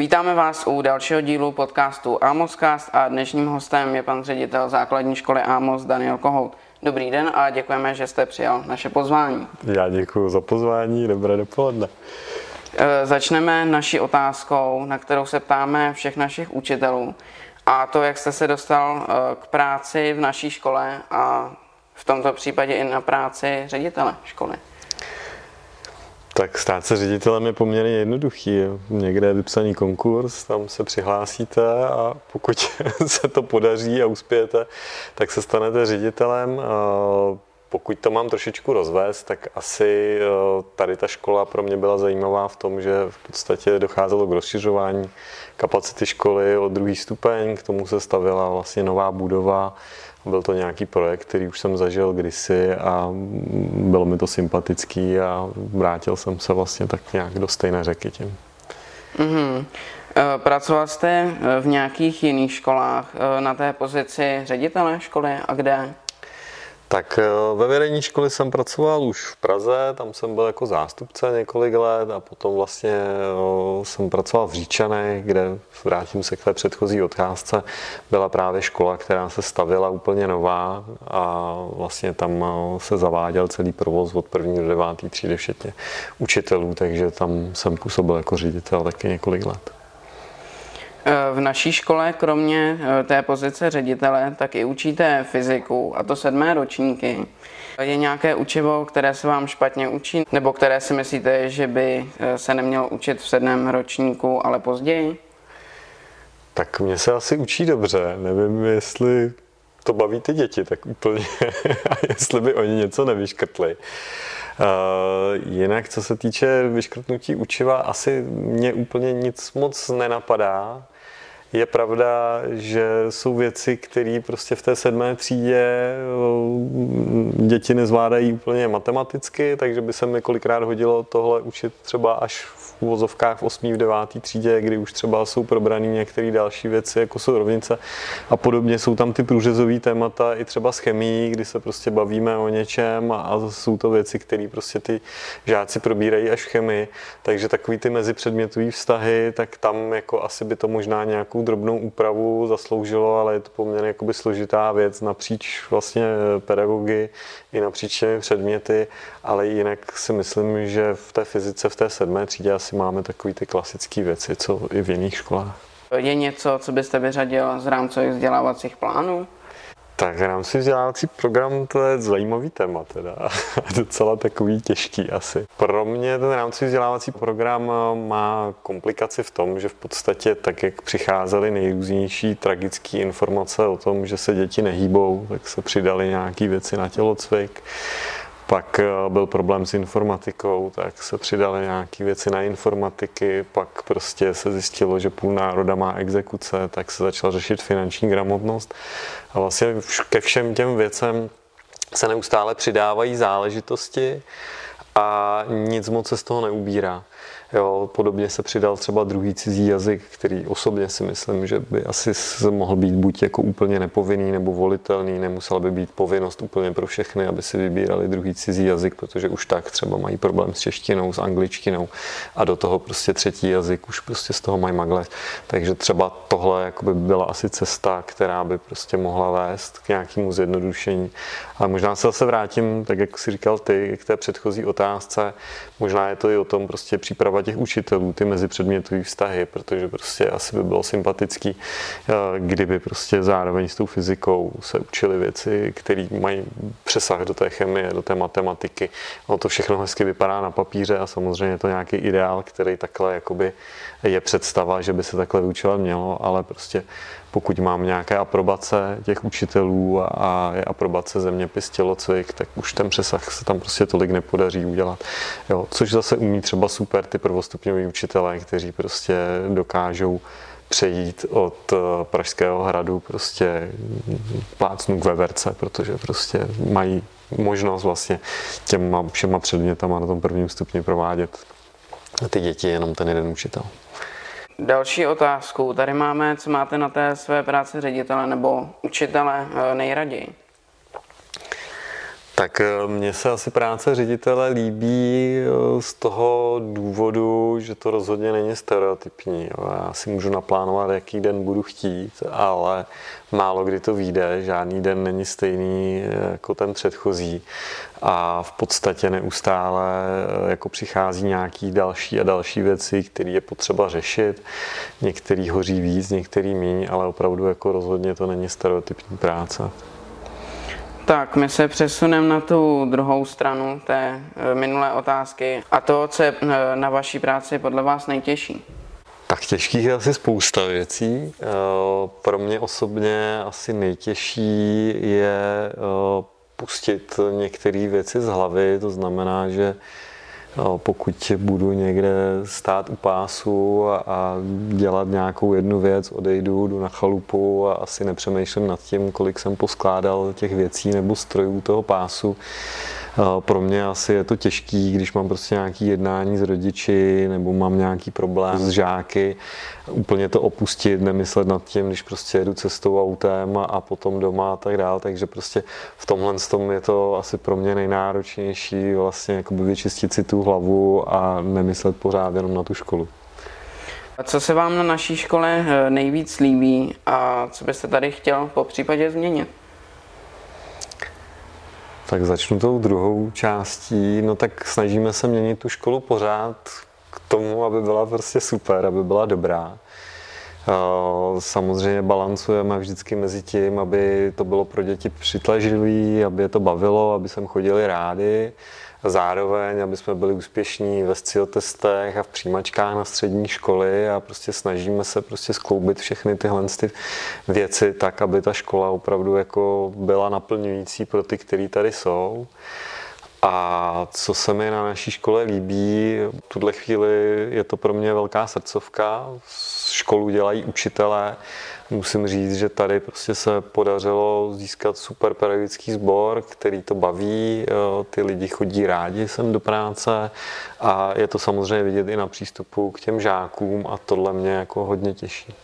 Vítáme vás u dalšího dílu podcastu Amoscast a dnešním hostem je pan ředitel základní školy Amos Daniel Kohout. Dobrý den a děkujeme, že jste přijal naše pozvání. Já děkuji za pozvání, dobré dopoledne. Začneme naší otázkou, na kterou se ptáme všech našich učitelů. A to, jak jste se dostal k práci v naší škole a v tomto případě i na práci ředitele školy. Tak stát se ředitelem je poměrně jednoduchý. Někde je vypsaný konkurs, tam se přihlásíte a pokud se to podaří a uspějete, tak se stanete ředitelem. Pokud to mám trošičku rozvést, tak asi tady ta škola pro mě byla zajímavá v tom, že v podstatě docházelo k rozšiřování kapacity školy o druhý stupeň, k tomu se stavěla vlastně nová budova. Byl to nějaký projekt, který už jsem zažil kdysi a bylo mi to sympatický a vrátil jsem se vlastně tak nějak do stejné řeky tím. Pracoval jste v nějakých jiných školách na té pozici ředitele školy a kde? Tak ve vedení školy jsem pracoval už v Praze, tam jsem byl jako zástupce několik let a potom vlastně jsem pracoval v Říčanech, kde, vrátím se k té předchozí otázce, byla právě škola, která se stavěla úplně nová a vlastně tam se zaváděl celý provoz od 1. do 9. třídy včetně učitelů, takže tam jsem působil jako ředitel taky několik let. V naší škole kromě té pozice ředitele tak i učíte fyziku, a to 7. ročníky. Je nějaké učivo, které se vám špatně učí, nebo které si myslíte, že by se nemělo učit v 7. ročníku, ale později? Tak mě se asi učí dobře, nevím, jestli to baví ty děti tak úplně a jestli by oni něco nevyškrtli. Jinak, co se týče vyškrtnutí učiva, asi mě úplně nic moc nenapadá. Je pravda, že jsou věci, které prostě v té 7. třídě děti nezvládají úplně matematicky, takže by se mi kolikrát hodilo tohle učit třeba až v uvozovkách v 8. v 9. třídě, kdy už třeba jsou probraný některé další věci, jako jsou rovnice a podobně. Jsou tam ty průřezové témata i třeba s chemií, kdy se prostě bavíme o něčem a jsou to věci, které prostě ty žáci probírají až v chemii. Takže takový ty mezipředmětové vztahy, tak tam jako asi by to možná nějakou drobnou úpravu zasloužilo, ale je to poměrně jakoby složitá věc napříč vlastně pedagogy i napříč těmi předměty, ale jinak si myslím, že v té fyzice v té 7. třídě asi máme takové ty klasické věci, co i v jiných školách. Je něco, co byste vyřadil z rámcových vzdělávacích plánů? Tak rámcový vzdělávací program, to je zajímavý téma teda, docela takový těžký asi. Pro mě ten rámcový vzdělávací program má komplikaci v tom, že v podstatě tak, jak přicházely nejrůznější tragické informace o tom, že se děti nehýbou, tak se přidaly nějaké věci na tělocvik. Pak byl problém s informatikou, tak se přidaly nějaké věci na informatiky, pak prostě se zjistilo, že půl národa má exekuce, tak se začala řešit finanční gramotnost. A vlastně ke všem těm věcem se neustále přidávají záležitosti a nic moc se z toho neubírá. Jo, podobně se přidal třeba druhý cizí jazyk, který osobně si myslím, že by asi mohl být buď jako úplně nepovinný nebo volitelný, nemusela by být povinnost úplně pro všechny, aby si vybírali druhý cizí jazyk, protože už tak třeba mají problém s češtinou, s angličtinou a do toho prostě třetí jazyk už prostě z toho mají magle. Takže třeba tohle jakoby byla asi cesta, která by prostě mohla vést k nějakému zjednodušení. Ale možná se zase vrátím, tak jak si říkal ty, k té předchozí otázce, možná je to i o tom prostě příprava těch učitelů, ty mezipředmětové vztahy, protože prostě asi by bylo sympatický, kdyby prostě zároveň s tou fyzikou se učili věci, které mají přesah do té chemie, do té matematiky. No to všechno hezky vypadá na papíře a samozřejmě je to nějaký ideál, který takhle jakoby je představa, že by se takhle vyučovat mělo, ale prostě pokud mám nějaké aprobace těch učitelů a je aprobace zeměpis, tělocvik, tak už ten přesah se tam prostě tolik nepodaří udělat. Jo, což zase umí třeba super ty prvostupňoví učitelé, kteří prostě dokážou přejít od Pražského hradu prostě plácnu k veverce, protože prostě mají možnost vlastně těma všema předmětama na tom prvním stupni provádět ty děti jenom ten jeden učitel. Další otázku. Tady máme, co máte na té své práci ředitele nebo učitele nejraději? Tak mně se asi práce ředitele líbí z toho důvodu, že to rozhodně není stereotypní. Já si můžu naplánovat, jaký den budu chtít, ale málo kdy to vyjde, žádný den není stejný jako ten předchozí a v podstatě neustále jako přichází nějaký další a další věci, které je potřeba řešit. Některý hoří víc, některý míň, ale opravdu jako rozhodně to není stereotypní práce. Tak, my se přesuneme na tu druhou stranu té minulé otázky a to, co je na vaší práci podle vás nejtěžší. Tak těžkých je asi spousta věcí. Pro mě osobně asi nejtěžší je pustit některé věci z hlavy, to znamená, že pokud budu někde stát u pásu a dělat nějakou jednu věc, jdu na chalupu a asi nepřemýšlím nad tím, kolik jsem poskládal těch věcí nebo strojů toho pásu. Pro mě asi je to těžký, když mám prostě nějaké jednání s rodiči nebo mám nějaký problém s žáky, úplně to opustit, nemyslet nad tím, když prostě jedu cestou autem a potom doma a tak dál, takže prostě v tomhle je to asi pro mě nejnáročnější vlastně jakoby vyčistit si tu hlavu a nemyslet pořád jenom na tu školu. Co se vám na naší škole nejvíc líbí a co byste tady chtěl popřípadě změnit? Tak začnu tou druhou částí, no tak snažíme se měnit tu školu pořád k tomu, aby byla prostě super, aby byla dobrá. Samozřejmě balancujeme vždycky mezi tím, aby to bylo pro děti přitažlivý, aby je to bavilo, aby sem chodili rádi. Zároveň, aby jsme byli úspěšní ve sciotestech a v přijímačkách na střední školy a prostě snažíme se prostě skloubit všechny tyhle věci tak, aby ta škola opravdu jako byla naplňující pro ty, kteří tady jsou. A co se mi na naší škole líbí, v tuhle chvíli je to pro mě velká srdcovka. Školu dělají učitelé. Musím říct, že tady prostě se podařilo získat super pedagogický sbor, který to baví, ty lidi chodí rádi sem do práce a je to samozřejmě vidět i na přístupu k těm žákům a tohle mě jako hodně těší.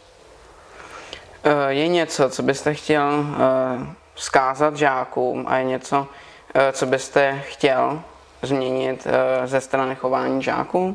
Je něco, co byste chtěl vzkázat žákům a je něco, co byste chtěl změnit ze strany chování žáků?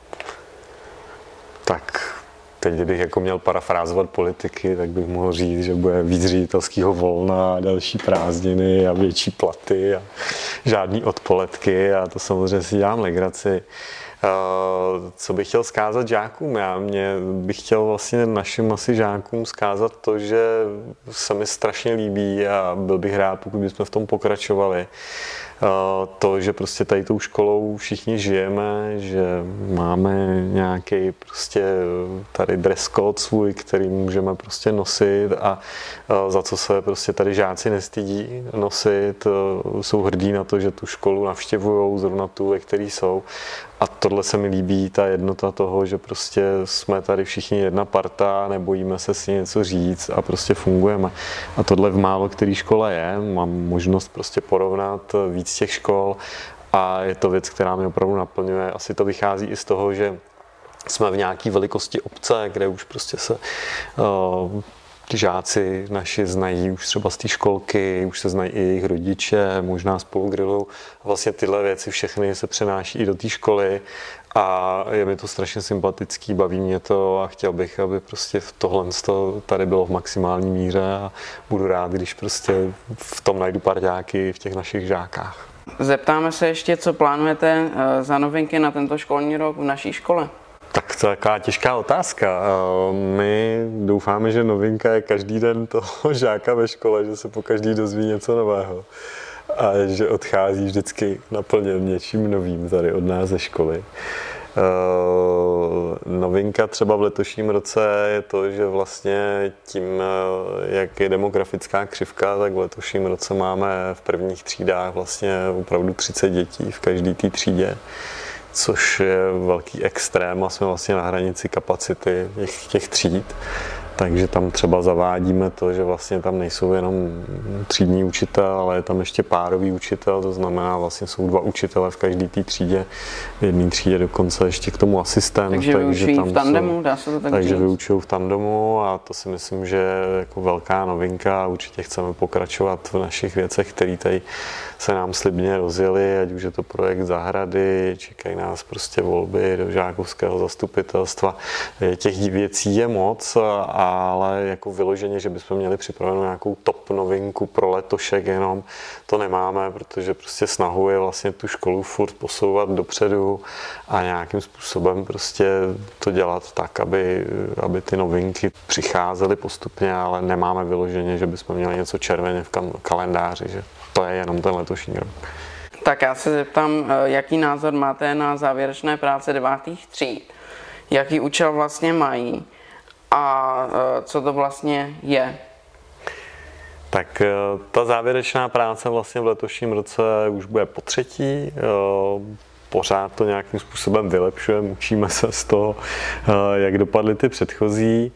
Tak teď, kdybych jako měl parafrázovat politiky, tak bych mohl říct, že bude víc ředitelského volna, další prázdniny a větší platy a žádný odpoledky a to samozřejmě si dělám legraci. Co bych chtěl vzkázat žákům? Mě bych chtěl vlastně našim asi žákům vzkázat to, že se mi strašně líbí a byl bych rád, pokud bychom v tom pokračovali. To, že prostě tady tou školou všichni žijeme, že máme nějaký prostě tady dress code svůj, který můžeme prostě nosit a za co se prostě tady žáci nestydí nosit, jsou hrdí na to, že tu školu navštěvujou, zrovna tu, ve který jsou. A tohle se mi líbí, ta jednota toho, že prostě jsme tady všichni jedna parta, nebojíme se si něco říct a prostě fungujeme. A tohle v málo který škole je, mám možnost prostě porovnat víc těch škol a je to věc, která mě opravdu naplňuje. Asi to vychází i z toho, že jsme v nějaké velikosti obce, kde už prostě se ty žáci naši znají už třeba z té školky, už se znají i jejich rodiče, možná spolu grillujou. Vlastně tyhle věci všechny se přenáší i do té školy a je mi to strašně sympatický, baví mě to a chtěl bych, aby prostě tohle tady bylo v maximální míře a budu rád, když prostě v tom najdu parťáky v těch našich žákách. Zeptáme se ještě, co plánujete za novinky na tento školní rok v naší škole? Tak to je taková těžká otázka. My doufáme, že novinka je každý den toho žáka ve škole, že se po každý dozví něco nového a že odchází vždycky naplněn něčím novým tady od nás ze školy. Novinka třeba v letošním roce je to, že vlastně tím, jak je demografická křivka, tak v letošním roce máme v prvních třídách vlastně opravdu 30 dětí v každé té třídě, což je velký extrém a jsme vlastně na hranici kapacity těch tříd. Takže tam třeba zavádíme to, že vlastně tam nejsou jenom třídní učitel, ale je tam ještě párový učitel, to znamená vlastně jsou 2 učitele v každé té třídě, v jedné třídě dokonce ještě k tomu asistent. Takže vyučují v tandemu, dá se to tak Takže říct? vyučují v tandemu a to si myslím, že je jako velká novinka a určitě chceme pokračovat v našich věcech, které tady se nám slibně rozjeli, ať už je to projekt zahrady, čekají nás prostě volby do žákovského zastupitelstva. Těch věcí je moc, ale jako vyloženě, že bychom měli připravenou nějakou top novinku pro letošek jenom, to nemáme, protože prostě snahu je vlastně tu školu furt posouvat dopředu a nějakým způsobem prostě to dělat tak, aby ty novinky přicházely postupně, ale nemáme vyloženě, že bychom měli něco červeně v kalendáři, že to je jenom ten letošní rok. Tak já se zeptám, jaký názor máte na závěrečné práce 9. tříd? Jaký účel vlastně mají a co to vlastně je? Tak ta závěrečná práce vlastně v letošním roce už bude po 3. Pořád to nějakým způsobem vylepšujeme, učíme se z toho, jak dopadly ty předchozí.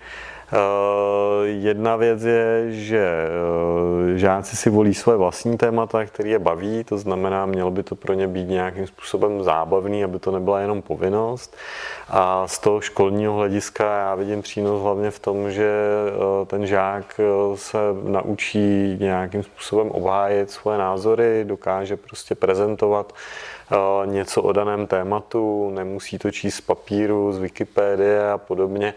Jedna věc je, že žáci si volí své vlastní témata, které je baví, to znamená, mělo by to pro ně být nějakým způsobem zábavný, aby to nebyla jenom povinnost. A z toho školního hlediska já vidím přínos hlavně v tom, že ten žák se naučí nějakým způsobem obhájit svoje názory, dokáže prostě prezentovat něco o daném tématu, nemusí to číst z papíru, z Wikipedie a podobně.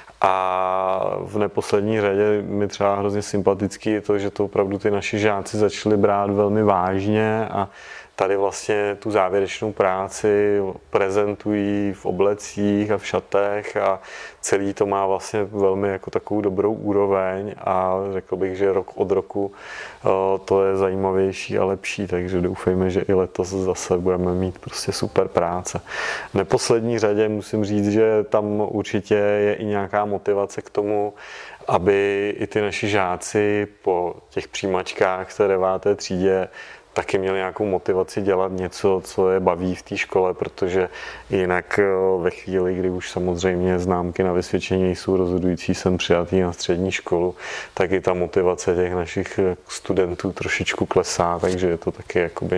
A v neposlední řadě mi třeba hrozně sympatický je to, že to opravdu ty naši žáci začali brát velmi vážně a tady vlastně tu závěrečnou práci prezentují v oblecích a v šatech a celý to má vlastně velmi jako takovou dobrou úroveň a řekl bych, že rok od roku to je zajímavější a lepší, takže doufejme, že i letos zase budeme mít prostě super práce. V neposlední řadě musím říct, že tam určitě je i nějaká motivace k tomu, aby i ty naši žáci po těch přijímačkách v té 9. třídě taky měli nějakou motivaci dělat něco, co je baví v té škole, protože jinak ve chvíli, kdy už samozřejmě známky na vysvědčení jsou rozhodující, jsem přijatý na střední školu, tak i ta motivace těch našich studentů trošičku klesá, takže je to taky jakoby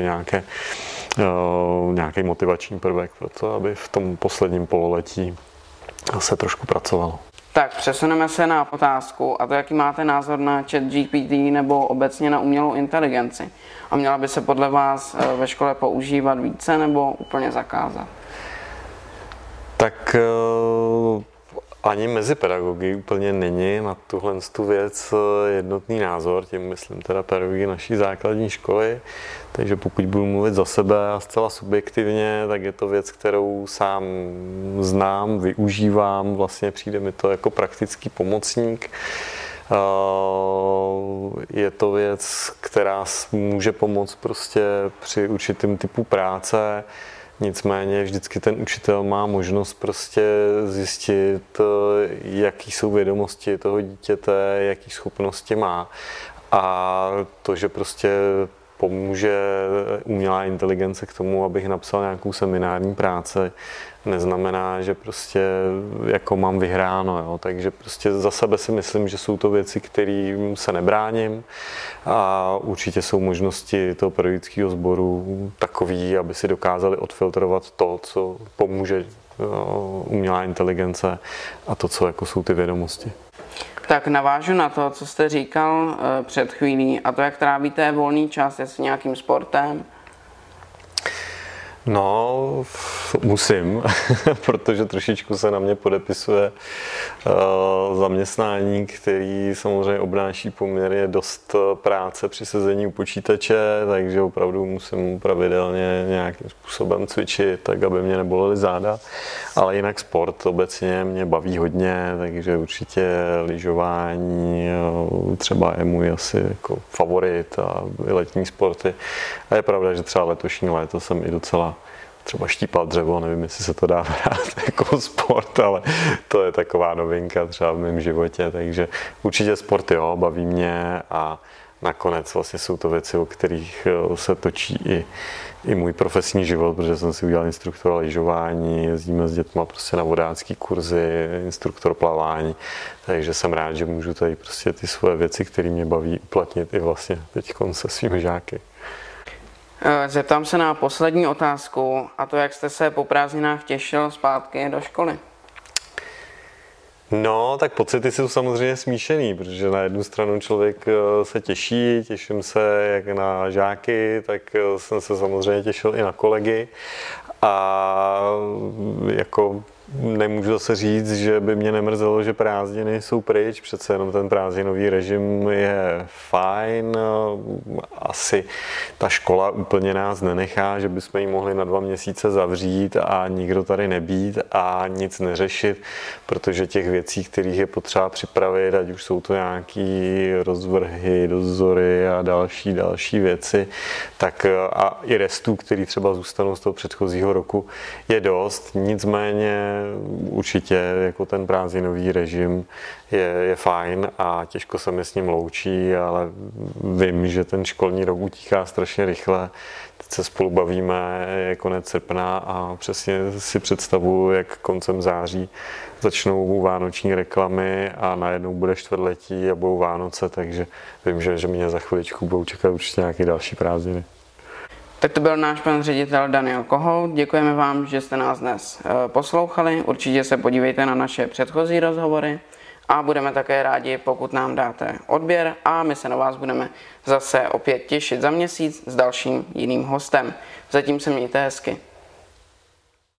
nějaký motivační prvek pro to, aby v tom posledním pololetí se trošku pracovalo. Tak přesuneme se na otázku, a to jaký máte názor na ChatGPT nebo obecně na umělou inteligenci. A měla by se podle vás ve škole používat více nebo úplně zakázat? Tak ani mezi pedagogy úplně není na tuhle věc jednotný názor, tím myslím teda pedagogy naší základní školy. Takže pokud budu mluvit za sebe a zcela subjektivně, tak je to věc, kterou sám znám, využívám, vlastně přijde mi to jako praktický pomocník. Je to věc, která může pomoct prostě při určitém typu práce. Nicméně vždycky ten učitel má možnost prostě zjistit, jaký jsou vědomosti toho dítěte, jaký schopnosti má. A to, že prostě pomůže umělá inteligence k tomu, abych napsal nějakou seminární práci, neznamená, že prostě jako mám vyhráno, jo. Takže prostě za sebe si myslím, že jsou to věci, kterým se nebráním a určitě jsou možnosti toho pedagogického sboru takový, aby si dokázali odfiltrovat to, co pomůže umělá inteligence a to, co jako jsou ty vědomosti. Tak navážu na to, co jste říkal před chvílí, a to, jak trávíte volný čas, jestli nějakým sportem? No, musím, protože trošičku se na mě podepisuje zaměstnání, který samozřejmě obnáší poměrně dost práce při sezení u počítače, takže opravdu musím pravidelně nějakým způsobem cvičit, tak aby mě nebolely záda. Ale jinak sport obecně mě baví hodně, takže určitě lyžování třeba je můj asi jako favorit a letní sporty. A je pravda, že třeba letošní léto jsem i docela třeba štípal dřevo, nevím, jestli se to dá brát jako sport, ale to je taková novinka třeba v mém životě, takže určitě sport jo, baví mě a nakonec vlastně jsou to věci, o kterých se točí i můj profesní život, protože jsem si udělal instruktora lyžování, jezdíme s dětma prostě na vodácký kurzy, instruktor plavání, takže jsem rád, že můžu tady prostě ty svoje věci, které mě baví, uplatnit i vlastně teď se svými žáky. Zeptám se na poslední otázku, a to jak jste se po prázdninách těšil zpátky do školy? No, tak pocity jsou samozřejmě smíšený, protože na jednu stranu člověk se těším se jak na žáky, tak jsem se samozřejmě těšil i na kolegy a jako nemůžu zase říct, že by mě nemrzelo, že prázdniny jsou pryč, přece jenom ten prázdninový režim je fajn, asi ta škola úplně nás nenechá, že bychom ji mohli na 2 měsíce zavřít a nikdo tady nebýt a nic neřešit, protože těch věcí, kterých je potřeba připravit, ať už jsou to nějaký rozvrhy, dozory a další věci, tak a i restů, který třeba zůstanou z toho předchozího roku, je dost, nicméně určitě jako ten prázdninový režim je fajn a těžko se mi s ním loučí, ale vím, že ten školní rok utíká strašně rychle. Teď se spolu bavíme, je konec srpna a přesně si představuji, jak koncem září začnou vánoční reklamy a najednou bude čtvrtletí a budou Vánoce, takže vím, že mě za chviličku budou čekat určitě nějaké další prázdniny. Tak to byl náš pan ředitel Daniel Kohout. Děkujeme vám, že jste nás dnes poslouchali. Určitě se podívejte na naše předchozí rozhovory a budeme také rádi, pokud nám dáte odběr a my se na vás budeme zase opět těšit za měsíc s dalším jiným hostem. Zatím se mějte hezky.